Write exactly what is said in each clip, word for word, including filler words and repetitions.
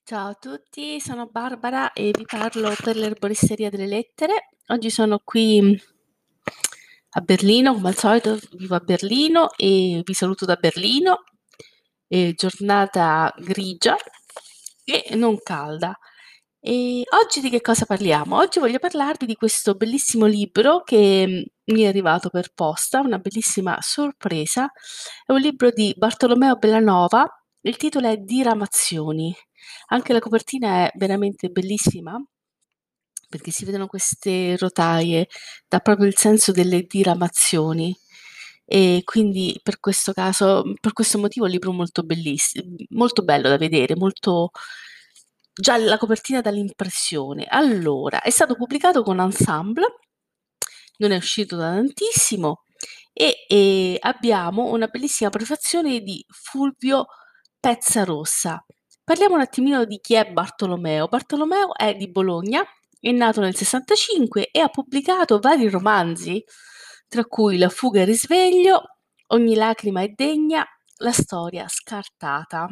Ciao a tutti, sono Barbara e vi parlo per l'Erboristeria delle Lettere. Oggi sono qui mh, a Berlino, come al solito vivo a Berlino e vi saluto da Berlino. È giornata grigia e non calda. E oggi di che cosa parliamo? Oggi voglio parlarvi di questo bellissimo libro che mh, mi è arrivato per posta, una bellissima sorpresa. È un libro di Bartolomeo Bellanova, il titolo è Diramazioni. Anche la copertina è veramente bellissima perché si vedono queste rotaie, dà proprio il senso delle diramazioni. E quindi per questo caso, per questo motivo è un libro molto belliss- molto bello da vedere, molto già la copertina dà l'impressione. Allora, è stato pubblicato con Ensemble, non è uscito da tantissimo e, e abbiamo una bellissima prefazione di Fulvio Pezzarossa. Parliamo un attimino di chi è Bartolomeo. Bartolomeo è di Bologna, è nato nel sessantacinque e ha pubblicato vari romanzi, tra cui La fuga e il risveglio, Ogni lacrima è degna, La storia scartata.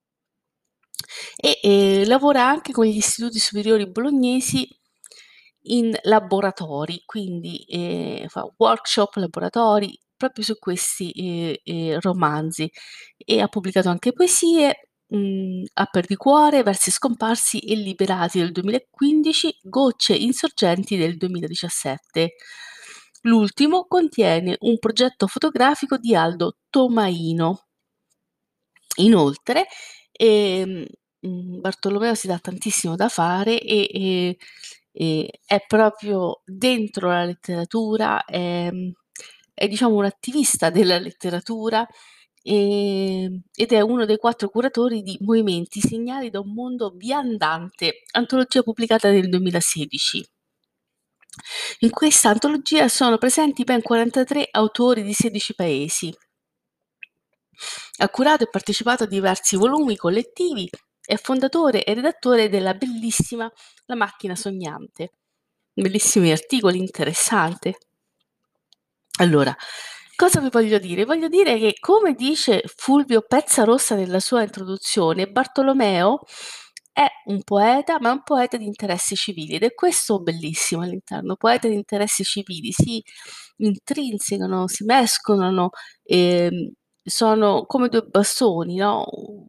E eh, lavora anche con gli istituti superiori bolognesi in laboratori, quindi eh, fa workshop, laboratori proprio su questi eh, eh, romanzi e ha pubblicato anche poesie, mh, A perdicuore, Versi scomparsi e liberati del duemilaquindici, Gocce insorgenti del duemiladiciassette. L'ultimo contiene un progetto fotografico di Aldo Tomaino. Inoltre, ehm, mhmm, Bartolomeo si dà tantissimo da fare e e e è proprio dentro la letteratura, ehm, è diciamo un attivista della letteratura, ehm, ed è uno dei quattro curatori di Movimenti, segnali da un mondo viandante, antologia pubblicata nel duemilasedici. In questa antologia sono presenti ben quarantatré autori di sedici paesi. Ha curato e partecipato a diversi volumi collettivi, è fondatore e redattore della bellissima La macchina sognante. Bellissimi articoli, interessante. Allora, cosa vi voglio dire? Voglio dire che, come dice Fulvio Pezzarossa nella sua introduzione, Bartolomeo è un poeta, ma è un poeta di interessi civili ed è questo bellissimo all'interno, poeta di interessi civili, si intrinsecano, si mescolano, ehm, sono come due bastoni, no?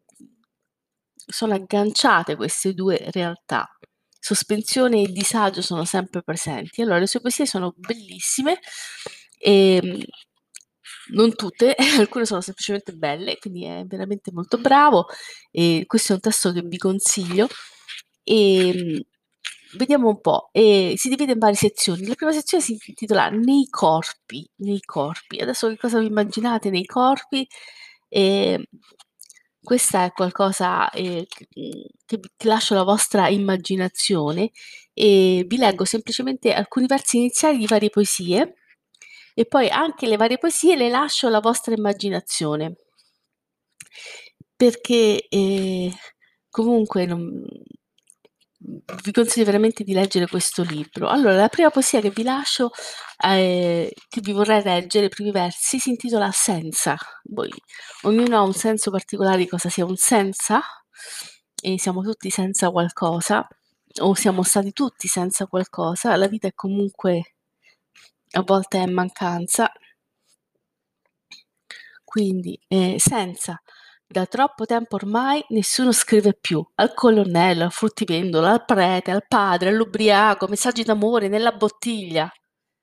Sono agganciate queste due realtà. Sospensione e disagio sono sempre presenti. Allora, le sue poesie sono bellissime, e, non tutte, alcune sono semplicemente belle, quindi è veramente molto bravo. E questo è un testo che vi consiglio. E, vediamo un po'. E si divide in varie sezioni. La prima sezione si intitola Nei corpi. Nei corpi. Adesso che cosa vi immaginate nei corpi? E, questa è qualcosa eh, che, che che lascio alla vostra immaginazione e vi leggo semplicemente alcuni versi iniziali di varie poesie e poi anche le varie poesie le lascio alla vostra immaginazione perché eh, comunque non, vi consiglio veramente di leggere questo libro. Allora, la prima poesia che vi lascio, eh, che vi vorrei leggere, i primi versi, si intitola Senza. Poi, ognuno ha un senso particolare di cosa sia un senza, e siamo tutti senza qualcosa, o siamo stati tutti senza qualcosa. La vita è comunque a volte è mancanza. Quindi, eh, senza. Da troppo tempo ormai nessuno scrive più. Al colonnello, al fruttivendolo, al prete, al padre, all'ubriaco, messaggi d'amore nella bottiglia.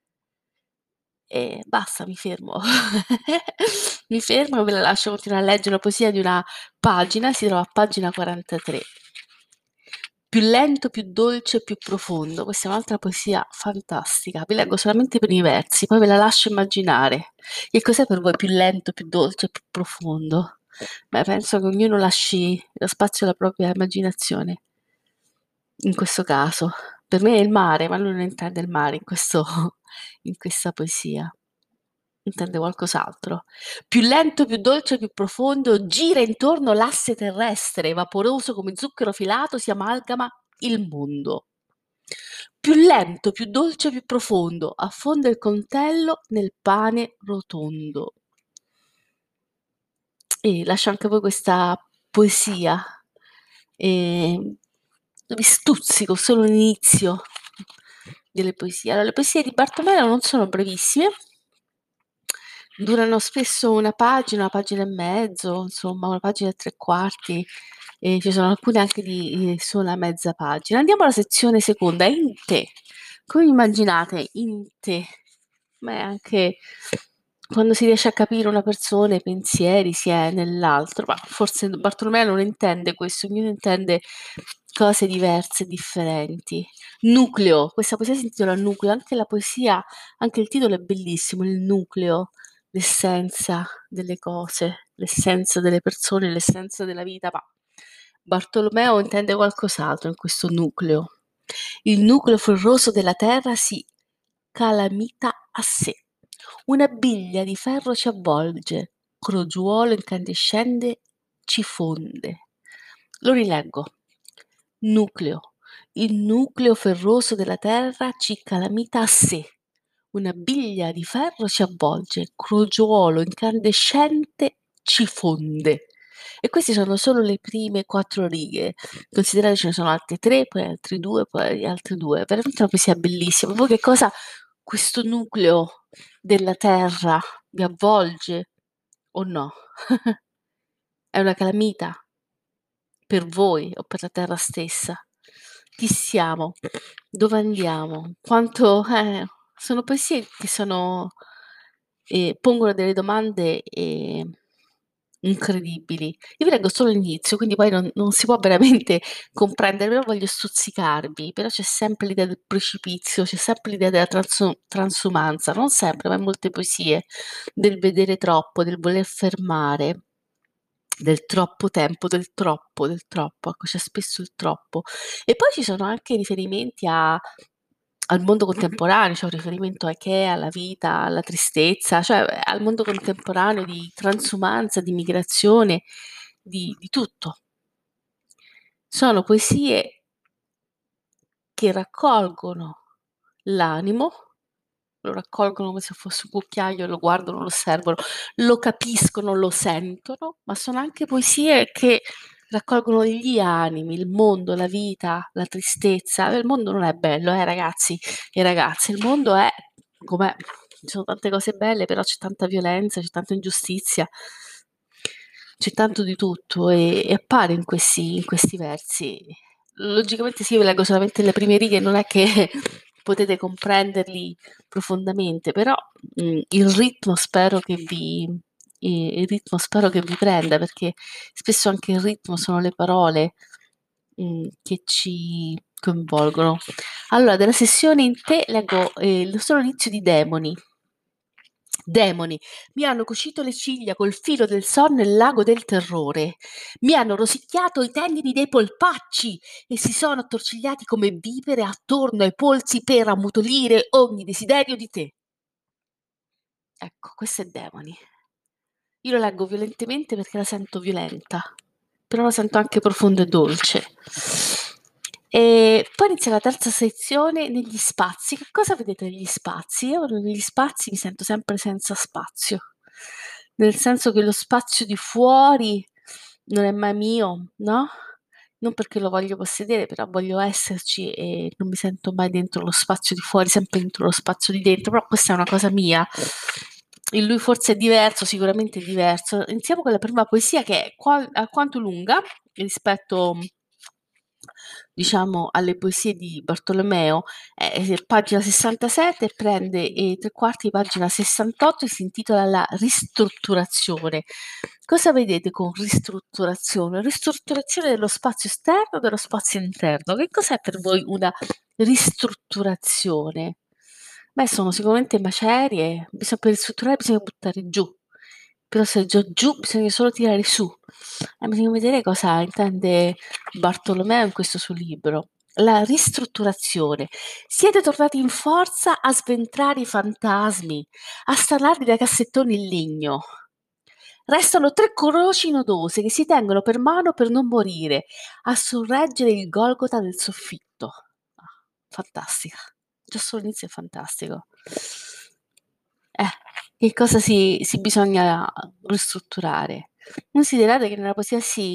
E basta, mi fermo. Mi fermo e ve la lascio continuare a leggere una poesia di una pagina, si trova a pagina quarantatré. Più lento, più dolce, più profondo. Questa è un'altra poesia fantastica. Vi leggo solamente i primi versi, poi ve la lascio immaginare. Che cos'è per voi più lento, più dolce, più profondo? Beh, penso che ognuno lasci lo spazio alla propria immaginazione. In questo caso, per me è il mare, ma lui non intende il mare in questo, in questa poesia. Intende qualcos'altro. Più lento, più dolce, più profondo, gira intorno l'asse terrestre, vaporoso come zucchero filato, si amalgama il mondo. Più lento, più dolce, più profondo, affonda il coltello nel pane rotondo. E lascio anche a voi questa poesia Ehm, vi stuzzico solo l'inizio delle poesie. Allora, le poesie di Bartolomeo non sono brevissime, durano spesso una pagina, una pagina e mezzo, insomma una pagina e tre quarti, e ci sono alcune anche di eh, solo una mezza pagina. Andiamo alla sezione seconda, in te. Come immaginate in te? Ma è anche quando si riesce a capire una persona, i pensieri, si è nell'altro, ma forse Bartolomeo non intende questo, ognuno intende cose diverse, differenti. Nucleo, questa poesia si intitola Nucleo, anche la poesia, anche il titolo è bellissimo, il nucleo, l'essenza delle cose, l'essenza delle persone, l'essenza della vita, ma Bartolomeo intende qualcos'altro in questo nucleo. Il nucleo ferroso della terra si calamita a sé. Una biglia di ferro ci avvolge, crogiuolo incandescente ci fonde. Lo rileggo. Nucleo. Il nucleo ferroso della terra ci calamita a sé. Una biglia di ferro ci avvolge, crogiuolo incandescente ci fonde. E queste sono solo le prime quattro righe. Considerate ce ne sono altre tre, poi altri due, poi altri due. Veramente una poesia bellissima. Voi che cosa questo nucleo della terra vi avvolge o no? È una calamita per voi o per la terra stessa? Chi siamo? Dove andiamo? Quanto eh, sono poesie che sono ehm, pongono delle domande, ehm, incredibili. Io vi leggo solo l'inizio, quindi poi non non si può veramente comprendere, però voglio stuzzicarvi, però c'è sempre l'idea del precipizio, c'è sempre l'idea della transu transumanza, non sempre, ma in molte poesie, del vedere troppo, del voler fermare, del troppo tempo, del troppo, del troppo, ecco c'è spesso il troppo. E poi ci sono anche riferimenti a al mondo contemporaneo, c'è un riferimento a Ikea, alla vita, alla tristezza, cioè eh, al mondo contemporaneo di transumanza, di migrazione, di di tutto. Sono poesie che raccolgono l'animo, lo raccolgono come se fosse un cucchiaio, lo guardano, lo osservano, lo capiscono, lo sentono, ma sono anche poesie che raccolgono gli animi, il mondo, la vita, la tristezza. Il mondo non è bello, eh ragazzi e ragazze, il mondo è com'è. Ci sono tante cose belle, però c'è tanta violenza, c'è tanta ingiustizia, c'è tanto di tutto e, e appare in questi, in questi versi. Logicamente sì, io vi leggo solamente le prime righe, non è che potete comprenderli profondamente, però mh, il ritmo spero che vi, eh, il ritmo spero che vi prenda, perché spesso anche il ritmo sono le parole mh, che ci coinvolgono. Allora, della sessione in te leggo eh, il solo inizio di Demoni. Demoni, mi hanno cucito le ciglia col filo del sonno e l'ago del terrore, mi hanno rosicchiato i tendini dei polpacci e si sono attorcigliati come vipere attorno ai polsi per ammutolire ogni desiderio di te. Ecco, questo è Demoni. Io lo leggo violentemente perché la sento violenta, però la sento anche profonda e dolce. E poi inizia la terza sezione, negli spazi. Che cosa vedete negli spazi? Io negli spazi mi sento sempre senza spazio, nel senso che lo spazio di fuori non è mai mio, no? Non perché lo voglio possedere, però voglio esserci e non mi sento mai dentro lo spazio di fuori, sempre dentro lo spazio di dentro, però questa è una cosa mia. In lui forse è diverso, sicuramente è diverso. Iniziamo con la prima poesia che è qua- alquanto lunga rispetto, diciamo, alle poesie di Bartolomeo, è, è pagina sessantasette e prende eh, tre quarti pagina sessantotto e si intitola La ristrutturazione. Cosa vedete con ristrutturazione? Ristrutturazione dello spazio esterno o dello spazio interno? Che cos'è per voi una ristrutturazione? Beh, sono sicuramente macerie, bisogna per ristrutturare bisogna buttare giù, però se è già giù bisogna solo tirare su. Eh, bisogna vedere cosa intende Bartolomeo in questo suo libro. La ristrutturazione. Siete tornati in forza a sventrare i fantasmi, a stanarli dai cassettoni in legno. Restano tre croci nodose che si tengono per mano per non morire, a sorreggere il Golgota del soffitto. Ah, fantastica. Già solo l'inizio è fantastico. Eh, che cosa si, si bisogna ristrutturare? Considerate che nella poesia si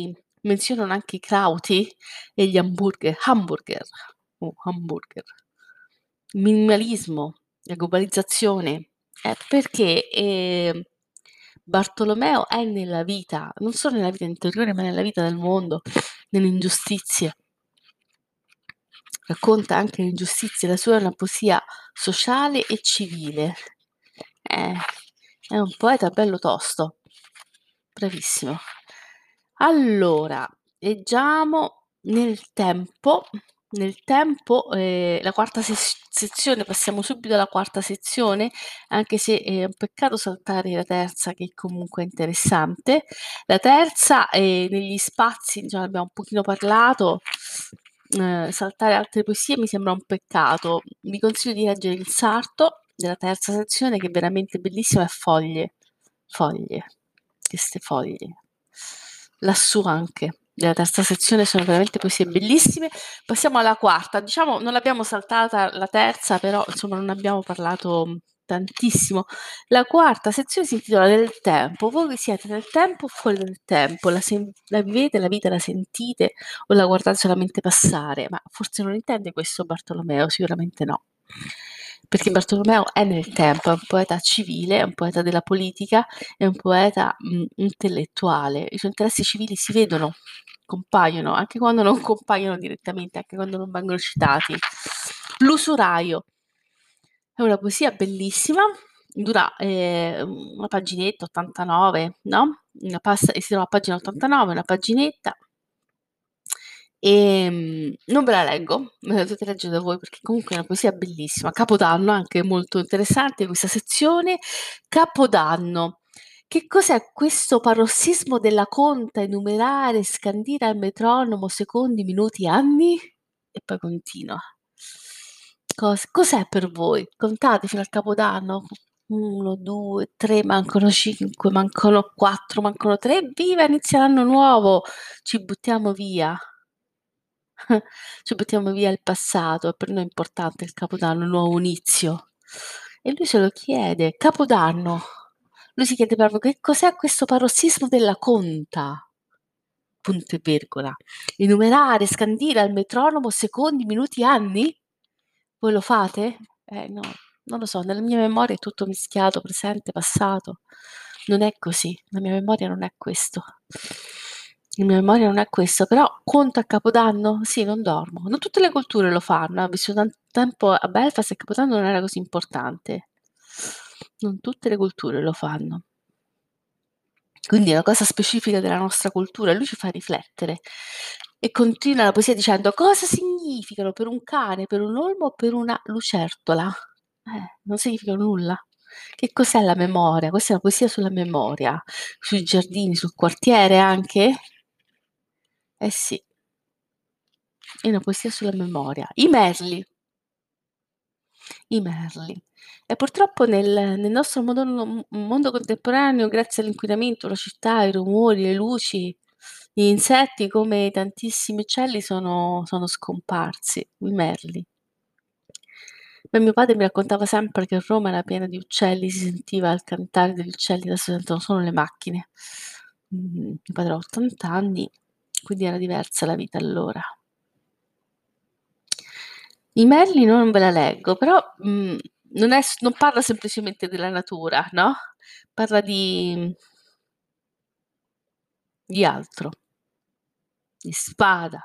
Menzionano anche i crauti e gli hamburger hamburger, o hamburger. Minimalismo, la globalizzazione. Eh, perché, ehm, Bartolomeo è nella vita, non solo nella vita interiore, ma nella vita del mondo, nelle ingiustizie. Racconta anche le ingiustizie, la sua è una poesia sociale e civile. Eh, è un poeta bello tosto, bravissimo. Allora, leggiamo nel tempo, nel tempo, ehm, la quarta ses sezione, passiamo subito alla quarta sezione, anche se è un peccato saltare la terza che comunque è interessante. La terza, ehm, negli spazi, già ne abbiamo un pochino parlato, ehm, saltare altre poesie mi sembra un peccato. Vi consiglio di leggere Il sarto della terza sezione che è veramente bellissima e Foglie, Foglie, queste foglie. Lassù anche, nella terza sezione sono veramente poesie bellissime. Passiamo alla quarta, diciamo non l'abbiamo saltata la terza, però insomma non abbiamo parlato tantissimo. La quarta sezione si intitola Del tempo. Voi siete nel tempo o fuori del tempo? La, sen- la vivete, la vita la sentite o la guardate solamente passare? Ma forse non intende questo Bartolomeo, sicuramente no. Perché Bartolomeo è nel tempo, è un poeta civile, è un poeta della politica, è un poeta mh, intellettuale. I suoi interessi civili si vedono, compaiono, anche quando non compaiono direttamente, anche quando non vengono citati. L'usuraio è una poesia bellissima, dura eh, una paginetta, ottantanove, no? Una passa, si trova a pagina ottantanove, una paginetta. E non ve la leggo, me la dovete leggere da voi perché comunque è una poesia bellissima. Capodanno, anche molto interessante questa sezione. Capodanno. Che cos'è questo parossismo della conta, enumerare, scandire al metronomo secondi, minuti, anni? E poi continua. Cos- cos'è per voi? Contate fino al Capodanno. Uno, due, tre, mancano cinque, mancano quattro, mancano tre. Viva, inizia l'anno nuovo! Ci buttiamo via. Ci buttiamo via il passato, e per noi è importante il Capodanno, il nuovo inizio. E lui se lo chiede, Capodanno. Lui si chiede proprio che cos'è questo parossismo della conta, punto e virgola. Enumerare, scandire al metronomo secondi, minuti, anni? Voi lo fate? Eh no, non lo so, nella mia memoria è tutto mischiato, presente, passato. Non è così, la mia memoria non è questo. La mia memoria non è questo, però conto a Capodanno? Sì, non dormo. Non tutte le culture lo fanno, ho vissuto tanto tempo a Belfast e Capodanno non era così importante. Non tutte le culture lo fanno. Quindi è una cosa specifica della nostra cultura e lui ci fa riflettere. E continua la poesia dicendo cosa significano per un cane, per un olmo o per una lucertola? Eh, non significano nulla. Che cos'è la memoria? Questa è una poesia sulla memoria, sui giardini, sul quartiere anche? Eh sì, è una poesia sulla memoria. I merli, i merli. E purtroppo nel, nel nostro mondo, mondo contemporaneo, grazie all'inquinamento, la città, i rumori, le luci, gli insetti, come tantissimi uccelli, sono, sono scomparsi, i merli. Poi mio padre mi raccontava sempre che Roma era piena di uccelli, si sentiva il cantare degli uccelli, adesso si sentono solo le macchine. Mm, mio padre ha ottanta anni, quindi era diversa la vita allora. I merli non ve la leggo, però mm, non, è, non parla semplicemente della natura, no? Parla di, di altro, di spada,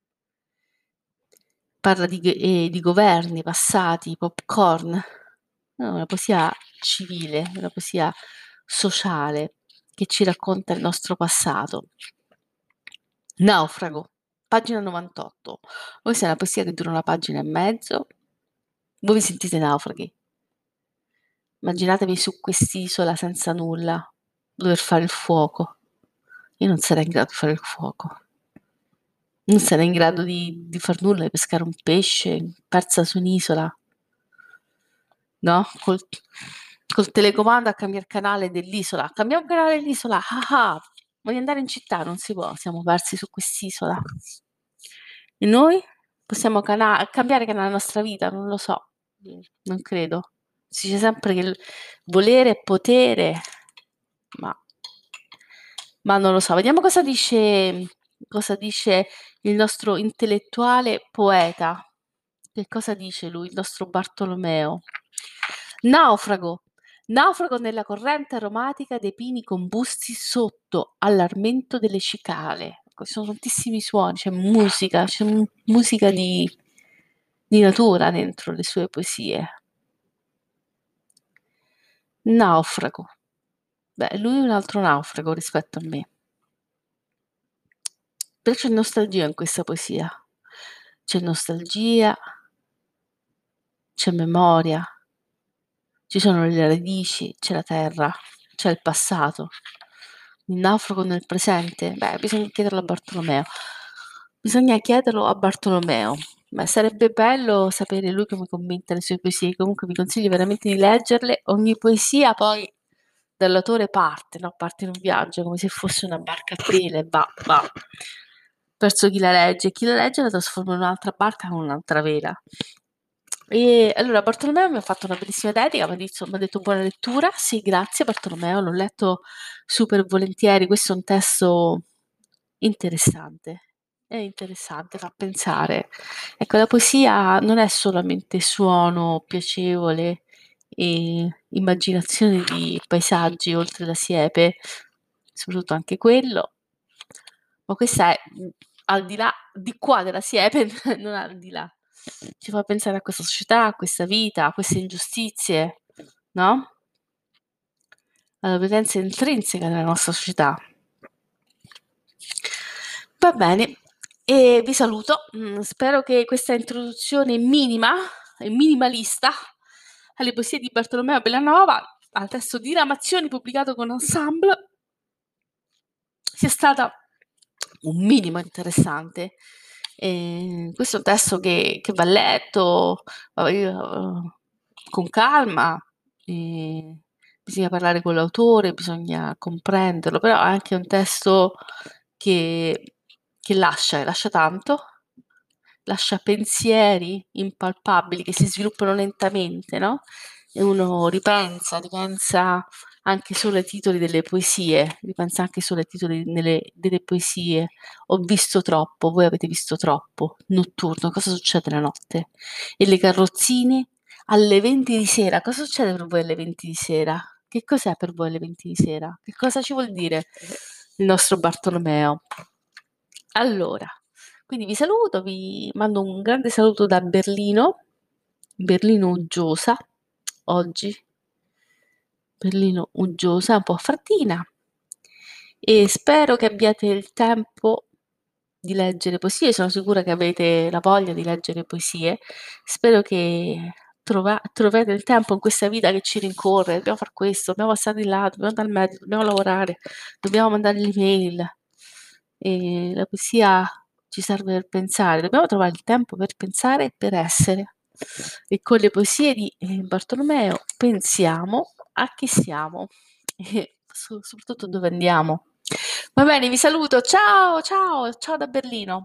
parla di, eh, di governi passati, popcorn. No, una poesia civile, una poesia sociale che ci racconta il nostro passato. Naufrago, pagina novantotto. Questa è una poesia che dura una pagina e mezzo. Voi vi sentite naufraghi? Immaginatevi su quest'isola senza nulla, dover fare il fuoco. Io non sarei in grado di fare il fuoco. Non sarei in grado di, di far nulla, di pescare un pesce, persa su un'isola. No? Col, col telecomando a cambiare canale dell'isola. Cambiamo canale dell'isola. Ah ah. Voglio andare in città, non si può, siamo persi su quest'isola. E noi possiamo cana- cambiare canale la nostra vita? Non lo so, non credo. Si dice sempre che il volere è potere, ma, ma non lo so. Vediamo cosa dice cosa dice il nostro intellettuale poeta. Che cosa dice lui, il nostro Bartolomeo? Naufrago, naufrago nella corrente aromatica dei pini combusti sotto all'armento delle cicale. Ci sono tantissimi suoni, c'è musica, c'è mu- musica di, di natura dentro le sue poesie. Naufrago. Beh, lui è un altro naufrago rispetto a me. Però c'è nostalgia in questa poesia. C'è nostalgia, c'è memoria, ci sono le radici, c'è la terra, c'è il passato. Il naufrago nel presente? Beh, bisogna chiederlo a Bartolomeo. Bisogna chiederlo a Bartolomeo. Ma sarebbe bello sapere lui come commenta le sue poesie. Comunque vi consiglio veramente di leggerle. Ogni poesia poi dall'autore parte, no? Parte in un viaggio come se fosse una barca a vela e va, va verso chi la legge. Chi la legge la trasforma in un'altra barca con un'altra vela. E allora Bartolomeo mi ha fatto una bellissima dedica, mi ha detto, mi ha detto buona lettura. Sì, grazie Bartolomeo, l'ho letto super volentieri. Questo è un testo interessante. È interessante, fa pensare. Ecco, la poesia non è solamente suono piacevole e immaginazione di paesaggi oltre la siepe, soprattutto anche quello, ma questa è mh, al di là, di qua della siepe, non al di là. Ci fa pensare a questa società, a questa vita, a queste ingiustizie, no? Alla violenza intrinseca della nostra società. Va bene, e vi saluto. Mm, spero che questa introduzione minima e minimalista alle poesie di Bartolomeo Bellanova, al testo Diramazioni pubblicato con Ensemble, sia stata un minimo interessante. E questo è un testo che, che va letto eh, con calma, e bisogna parlare con l'autore, bisogna comprenderlo, però è anche un testo che, che lascia, e lascia tanto, lascia pensieri impalpabili che si sviluppano lentamente, no? E uno ripensa, ripensa anche solo ai titoli delle poesie, ripensa anche solo ai titoli delle, delle poesie. Ho visto troppo, voi avete visto troppo, notturno, cosa succede la notte? E le carrozzine alle venti di sera, cosa succede per voi alle venti di sera? Che cos'è per voi alle venti di sera? Che cosa ci vuol dire il nostro Bartolomeo? Allora, quindi vi saluto, vi mando un grande saluto da Berlino, Berlino uggiosa, oggi, Berlino uggiosa, un po' freddina, e spero che abbiate il tempo di leggere poesie, sono sicura che avete la voglia di leggere poesie, spero che trova- troverete il tempo in questa vita che ci rincorre, dobbiamo fare questo, dobbiamo passare di là, dobbiamo andare al medico, dobbiamo lavorare, dobbiamo mandare l'email, e la poesia ci serve per pensare, dobbiamo trovare il tempo per pensare e per essere. E con le poesie di eh, Bartolomeo pensiamo a chi siamo e so- soprattutto dove andiamo. Va bene, vi saluto. Ciao, ciao, ciao da Berlino.